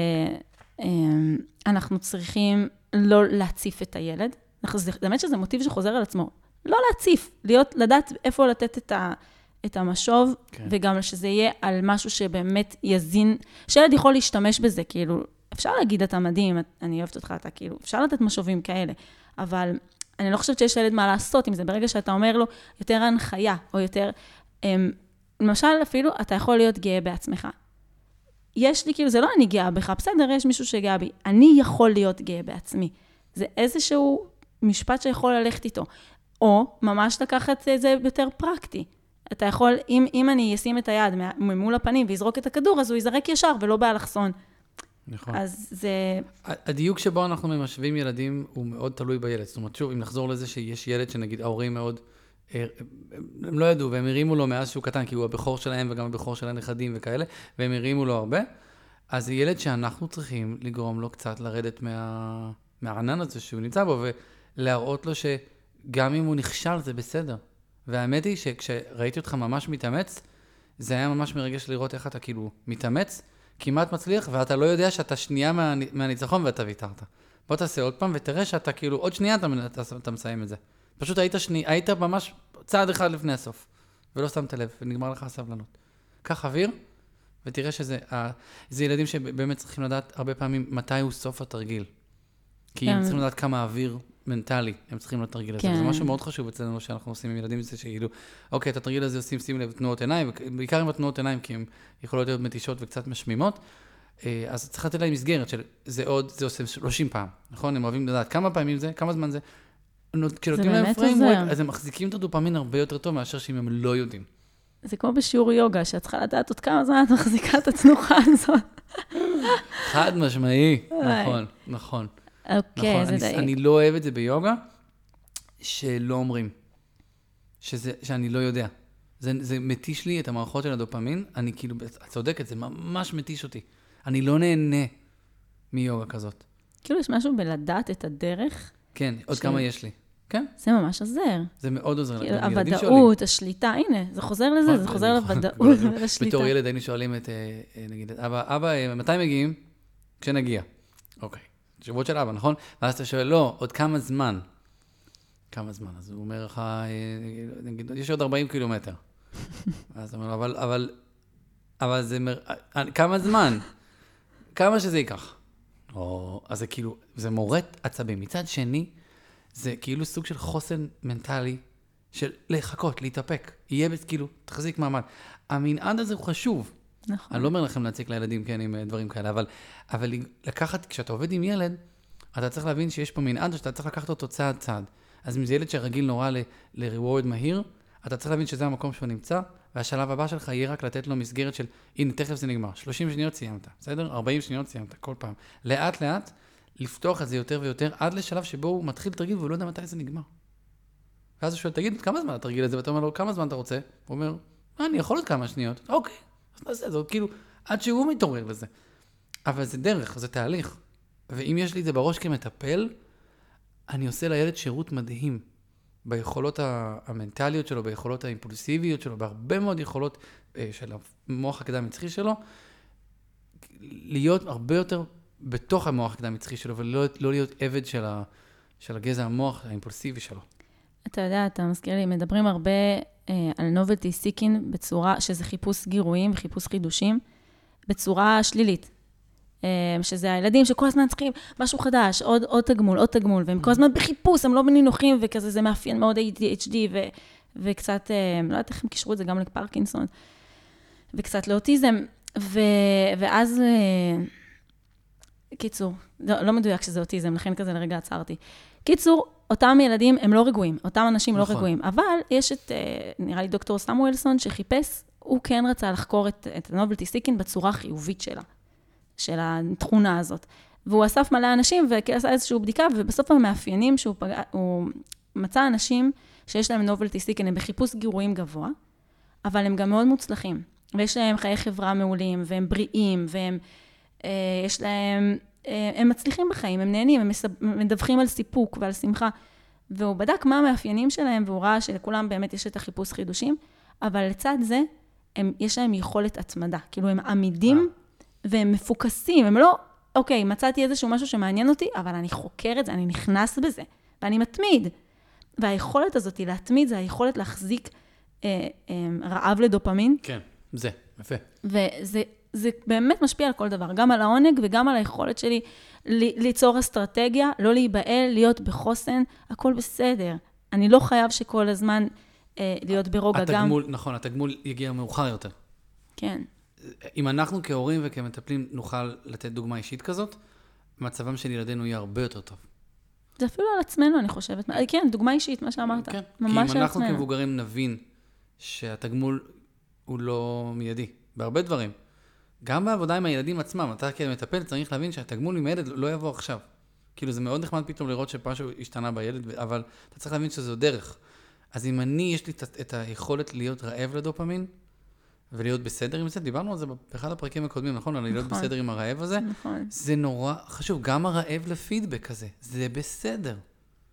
שאנחנו צריכים לא להציף את הילד, זה באמת שזה מוטיב שחוזר על עצמו, לא להציף, להיות, לדעת איפה לתת את ה... את המשוב, כן. וגם שזה יהיה על משהו שבאמת יזין, שילד יכול להשתמש בזה, כאילו, אפשר להגיד, אתה מדהים, אני אוהבת אותך, אתה כאילו, אפשר לתת משובים כאלה, אבל אני לא חושבת שיש ילד מה לעשות עם זה, ברגע שאתה אומר לו יותר הנחיה, או יותר, למשל אפילו, אתה יכול להיות גאה בעצמך. יש לי, כאילו, זה לא אני גאה בך, בסדר, יש מישהו שגאה בי, אני יכול להיות גאה בעצמי. זה איזשהו משפט שיכול ללכת איתו, או ממש לקחת את זה יותר פרקטי. אתה יכול, אם, אם אני אשים את היד ממול הפנים ויזרוק את הכדור, אז הוא יזרק ישר ולא באלכסון. נכון. אז זה... הדיוק שבו אנחנו ממשווים ילדים הוא מאוד תלוי בילד. זאת אומרת, שוב, אם נחזור לזה שיש ילד שנגיד ההורים מאוד, הם לא ידעו, והם הרימו לו מאז שהוא קטן, כי הוא הבכור שלהם וגם הבכור של הנכדים וכאלה, והם הרימו לו הרבה, אז זה ילד שאנחנו צריכים לגרום לו קצת לרדת מה... מהענן הזה שהוא נמצא בו, ולהראות לו ש... גם אם הוא נכשל, זה בסדר. והאמת היא שכשראיתי אותך ממש מתאמץ, זה היה ממש מרגש לראות איך אתה כאילו מתאמץ, כמעט מצליח, ואתה לא יודע שאתה שנייה מה, מהניצחון ואתה ויתרת. בוא תעשה עוד פעם ותראה שאתה כאילו, עוד שנייה אתה, אתה, אתה מסיים את זה. פשוט היית, שני, היית ממש צעד אחד לפני הסוף, ולא שמת לב, ונגמר לך הסבלנות. קח אוויר, ותראה שזה זה ילדים שבאמת צריכים לדעת הרבה פעמים מתי הוא סוף התרגיל. כי הם צריכים לדעת כמה אוויר מנטלי הם צריכים לתרגיל הזה. זה משהו מאוד חשוב אצלנו שאנחנו עושים עם ילדים, זה שגילו, אוקיי, את התרגיל הזה עושים, שים לב, תנועות עיניים, בעיקר עם התנועות עיניים, כי הן יכולות להיות מתישות וקצת משמימות, אז צריך לתת להם מסגרת של זה עוד, זה עושה שלושים פעם, נכון? הם אוהבים לדעת כמה פעמים זה, כמה זמן זה. כשנותנים להם פריימוורק, אז הם מחזיקים את הדופמין הרבה יותר טוב מאשר שאם הם לא יודעים. זה כמו בשיעור יוגה, שאת צריכה לדעת עוד כמה זמן את מחזיקה את התנוחה הזאת. חד משמעי, נכון, נכון. אוקיי, זה די. אני לא אוהב את זה ביוגה, שלא אומרים, שאני לא יודע. זה מתיש לי את המערכות של הדופמין, אני כאילו, את צודקת, זה ממש מתיש אותי. אני לא נהנה מיוגה כזאת. כאילו יש משהו בלדעת את הדרך. כן, עוד כמה יש לי. כן? זה ממש עוזר. זה מאוד עוזר. הוודאות, השליטה, הנה, זה חוזר לזה, זה חוזר לוודאות ולשליטה. בתור ילד היינו שואלים את, נגיד, אבא, אבא, מתי מגיעים? כשנגיע. אוקיי. תשובות של אבא, נכון? ואז אתה שואל, לא, עוד כמה זמן? כמה זמן? אז הוא אומר לך, נגיד, יש עוד ארבעים קילומטר. אז אתה אומר, אבל, אבל, אבל זה, כמה זמן? כמה שזה ייקח. או, אז זה כאילו, זה מורט עצבים. מצד שני, זה כאילו סוג של חוסן מנטלי, של לחכות, להתאפק. יהיה כאילו, תחזיק מעמד. המנעד הזה הוא חשוב. נכון. אני לא אומר לכם להציק לילדים, כן, עם דברים כאלה, אבל, אבל לקחת, כשאתה עובד עם ילד, אתה צריך להבין שיש פה מנעד, שאתה צריך לקחת אותו צעד צעד. אז אם זה ילד שרגיל נורא ל-reward מהיר, אתה צריך להבין שזה המקום שהוא נמצא, והשלב הבא שלך יהיה רק לתת לו מסגרת של, הנה, תכף זה נגמר, שלושים שניות סיימת, בסדר? ארבעים שניות סיימת, כל פעם. לאט לאט, לפתוח את זה יותר ויותר, עד לשלב שבו הוא מתחיל תרגיל, והוא לא יודע מתי זה נגמר. ואז הוא שואל, תגיד, כמה זמן התרגיל הזה? ואתה אומר לו, כמה זמן אתה רוצה? הוא אומר, אני יכול עוד כמה שניות. אוקיי, אז נעשה, זה כאילו, עד שהוא מתעורר לזה. אבל זה דרך, זה תהליך. ואם יש לי את זה בראש כמטפל, אני עושה לילד שירות מדהים. ביכולות המנטליות שלו, ביכולות האימפולסיביות שלו, בהרבה מאוד יכולות של המוח הקדם-מצחי שלו, להיות הרבה יותר בתוך המוח הקדם-מצחי שלו, ולא לא להיות עבד של, ה, של הגזע המוח האימפולסיבי שלו. אתה יודע, אתה מזכיר לי, מדברים הרבה אה, על נובלטי סיקין בצורה, שזה חיפוש גירויים וחיפוש חידושים, בצורה שלילית. שזה הילדים שכל הזמן צריכים משהו חדש, עוד, עוד תגמול, עוד תגמול, והם כל הזמן בחיפוש, הם לא בנינוחים, וכזה זה מאפיין מאוד A D H D, ו, וקצת, לא יודעת איך הם קישרו את זה גם לפרקינסון, וקצת לאוטיזם, ו, ואז, קיצור, לא, לא מדויק שזה אוטיזם, לכן כזה לרגע עצרתי. קיצור, אותם ילדים הם לא רגועים, אותם אנשים נכון. לא רגועים, אבל יש את, נראה לי דוקטור סמואלסון, שחיפש, הוא כן רצה לחקור את, את הנובלטי סיקין בצורה חיובית שלה. של התכונה הזאת. והוא אסף מלא אנשים ועשה איזושהי בדיקה, ובסוף המאפיינים שהוא פגע, הוא מצא אנשים שיש להם נובלטי סיקין, הם בחיפוש גירויים גבוה, אבל הם גם מאוד מוצלחים. ויש להם חיי חברה מעולים, והם בריאים, והם, אה, יש להם, אה, הם מצליחים בחיים, הם נהנים, הם מדווחים על סיפוק ועל שמחה. והוא בדק מה המאפיינים שלהם, והוא ראה שלכולם באמת יש את החיפוש חידושים, אבל לצד זה, הם, יש להם יכולת התמדה. כאילו הם עמידים, והם מפוקסים, הם לא, אוקיי, מצאתי איזשהו משהו שמעניין אותי, אבל אני חוקר את זה, אני נכנס בזה, ואני מתמיד. והיכולת הזאת היא להתמיד, זה היכולת להחזיק אה, אה, רעב לדופמין. כן, זה, יפה. וזה זה באמת משפיע על כל דבר, גם על העונג וגם על היכולת שלי ליצור אסטרטגיה, לא להיבעל, להיות בחוסן, הכל בסדר. אני לא חייב שכל הזמן אה, להיות ברוגע התגמול, גם. נכון, התגמול יגיע מאוחר יותר. כן. אם אנחנו כהורים וכמטפלים נוכל לתת דוגמה אישית כזאת, מצבם של ילדינו יהיה הרבה יותר טוב. זה אפילו על עצמנו, אני חושבת. כן, דוגמה אישית, מה שאמרת. כן, כי אם אנחנו כמבוגרים נבין שהתגמול הוא לא מיידי, בהרבה דברים. גם בעבודה עם הילדים עצמם, אתה כמטפל צריך להבין שהתגמול עם הילד לא יבוא עכשיו. כאילו זה מאוד נחמד פתאום לראות שפשהו השתנה בילד, אבל אתה צריך להבין שזו דרך. אז אם אני, יש לי את היכולת להיות רעב לדופמין, ולהיות בסדר עם זה, דיברנו על זה באחד הפרקים הקודמים, נכון? נכון. להיות בסדר עם הרעב הזה, נכון. זה נורא חשוב, גם הרעב לפידבק הזה, זה בסדר.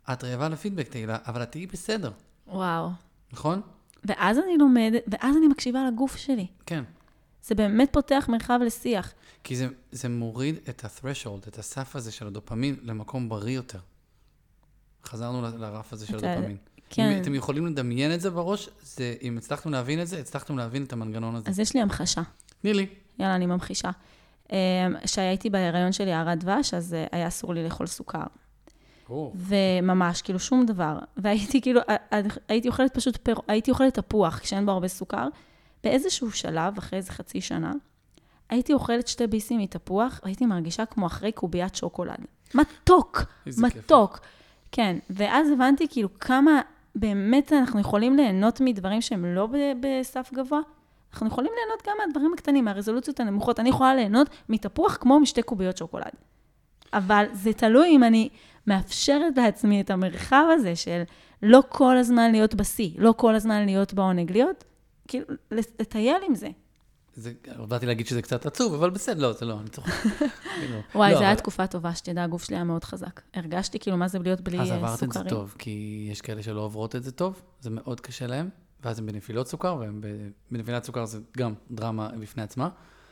את רעבה לפידבק, תהילה, אבל את תהיי בסדר. וואו. נכון? ואז אני לומדת, ואז אני מקשיבה לגוף שלי. כן. זה באמת פותח מרחב לשיח. כי זה, זה מוריד את ה-threshold, את הסף הזה של הדופמין, למקום בריא יותר. חזרנו ל- לרף הזה של אתה- הדופמין. כן. אם אתם יכולים לדמיין את זה בראש, זה, אם הצלחתם להבין את זה, הצלחתם להבין את המנגנון הזה. אז יש לי המחשה. תני לי. יאללה, אני ממחישה. כשהייתי בהיריון שלי הערת דבש, אז אה, היה אסור לי לאכול סוכר. או. וממש, כאילו שום דבר. והייתי כאילו, הייתי אוכלת פשוט, פר... הייתי אוכלת תפוח כשאין בו הרבה סוכר. באיזשהו שלב, אחרי איזה חצי שנה, הייתי אוכלת שתי ביסים מתפוח, והייתי מרגישה כמו אחרי קוביית שוקולד. מתוק, מתוק. כן, ואז הבנתי כאילו כמה באמת אנחנו יכולים ליהנות מדברים שהם לא בסף גבוה. אנחנו יכולים ליהנות גם מהדברים הקטנים, מהרזולוציות הנמוכות. אני יכולה ליהנות מתפוח כמו משתי קוביות שוקולד. אבל זה תלוי אם אני מאפשרת לעצמי את המרחב הזה של לא כל הזמן להיות בשיא, לא כל הזמן להיות בעונג, להיות, כאילו, לטייל עם זה. זה, הודעתי להגיד שזה קצת עצוב, אבל בסדר, לא, זה לא, אני צוחק. וואי, זו הייתה תקופה טובה, שתדע, הגוף שלי היה מאוד חזק. הרגשתי כאילו מה זה להיות בלי סוכרים. אז עברת את זה טוב, כי יש כאלה שלא עוברות את זה טוב, זה מאוד קשה להם, ואז הם בנפילות סוכר, ובנפילת סוכר זה גם דרמה בפני עצמה.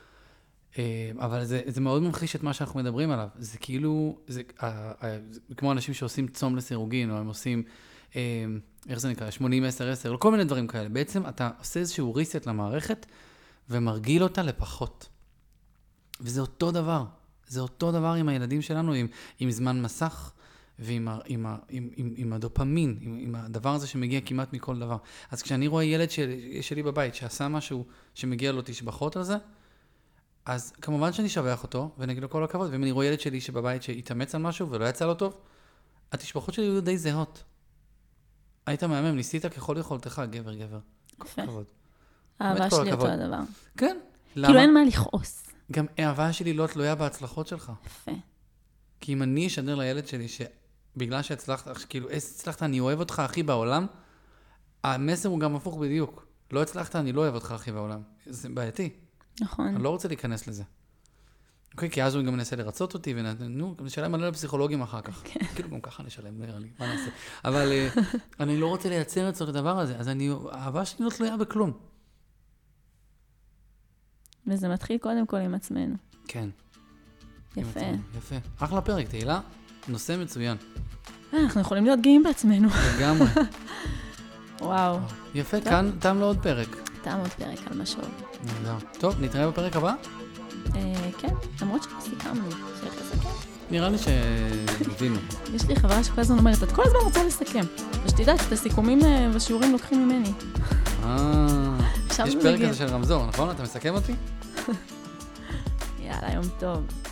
אבל זה, זה מאוד ממחיש את מה שאנחנו מדברים עליו. זה כאילו, זה, זה כמו אנשים שעושים צום לסירוגין, או הם עושים, איך זה נקרא, שמונים עשר עשר, כל מיני דברים כאלה. בעצם אתה עושה איזשהו ריסט למערכת, ומרגיל אותה לפחות. וזה אותו דבר. זה אותו דבר עם הילדים שלנו, עם, עם זמן מסך, ועם ה, עם ה, עם, עם, עם הדופמין, עם, עם הדבר הזה שמגיע כמעט מכל דבר. אז כשאני רואה ילד שלי, שלי בבית, שעשה משהו שמגיע לו תשבחות על זה, אז כמובן שאני אשבח אותו, ונגיד לו כל הכבוד, ואם אני רואה ילד שלי שבבית שהתאמץ על משהו ולא יצא לו טוב, התשבחות שלי היו די זהות. היית מהמם, ניסית ככל יכולתך, גבר, גבר. יפה. כבוד. אהבה שלי אותו הדבר. כן. כאילו אין מה לכעוס. גם האהבה שלי לא תלויה בהצלחות שלך. יפה. כי אם אני אשדר לילד שלי שבגלל שהצלחת, כאילו, הצלחת, אני אוהב אותך הכי בעולם, המסר הוא גם הפוך בדיוק. לא הצלחת, אני לא אוהב אותך הכי בעולם. זה בעייתי. נכון. אני לא רוצה להיכנס לזה. אוקיי, כי אז הוא גם מנסה לרצות אותי, ונו, נשלם מלא לפסיכולוגים אחר כך. כאילו, גם ככה נשלם, נראה לי, מה נעשה? אבל אני לא רוצה לייצר את הדבר הזה, אז האהבה שלי לא תלויה בכלום. וזה מתחיל קודם כל עם עצמנו. כן. יפה. יפה. אחלה פרק, תהילה. נושא מצוין. אנחנו יכולים להיות גאים בעצמנו. לגמרי. וואו. יפה, כאן תם לעוד פרק. תם עוד פרק על משהו. טוב, נתראה בפרק הבא? כן, למרות שלא סיכמנו. צריך לסכם? נראה לי שהבינו. יש לי חברה שכל הזמן אומרת, את כל הזמן רוצה לסכם. ושתדעת, את הסיכומים והשיעורים לוקחים ממני. אה, יש פרק כזה של רמזור, נכון? אתה מסכם אותי? יאללה, יום טוב.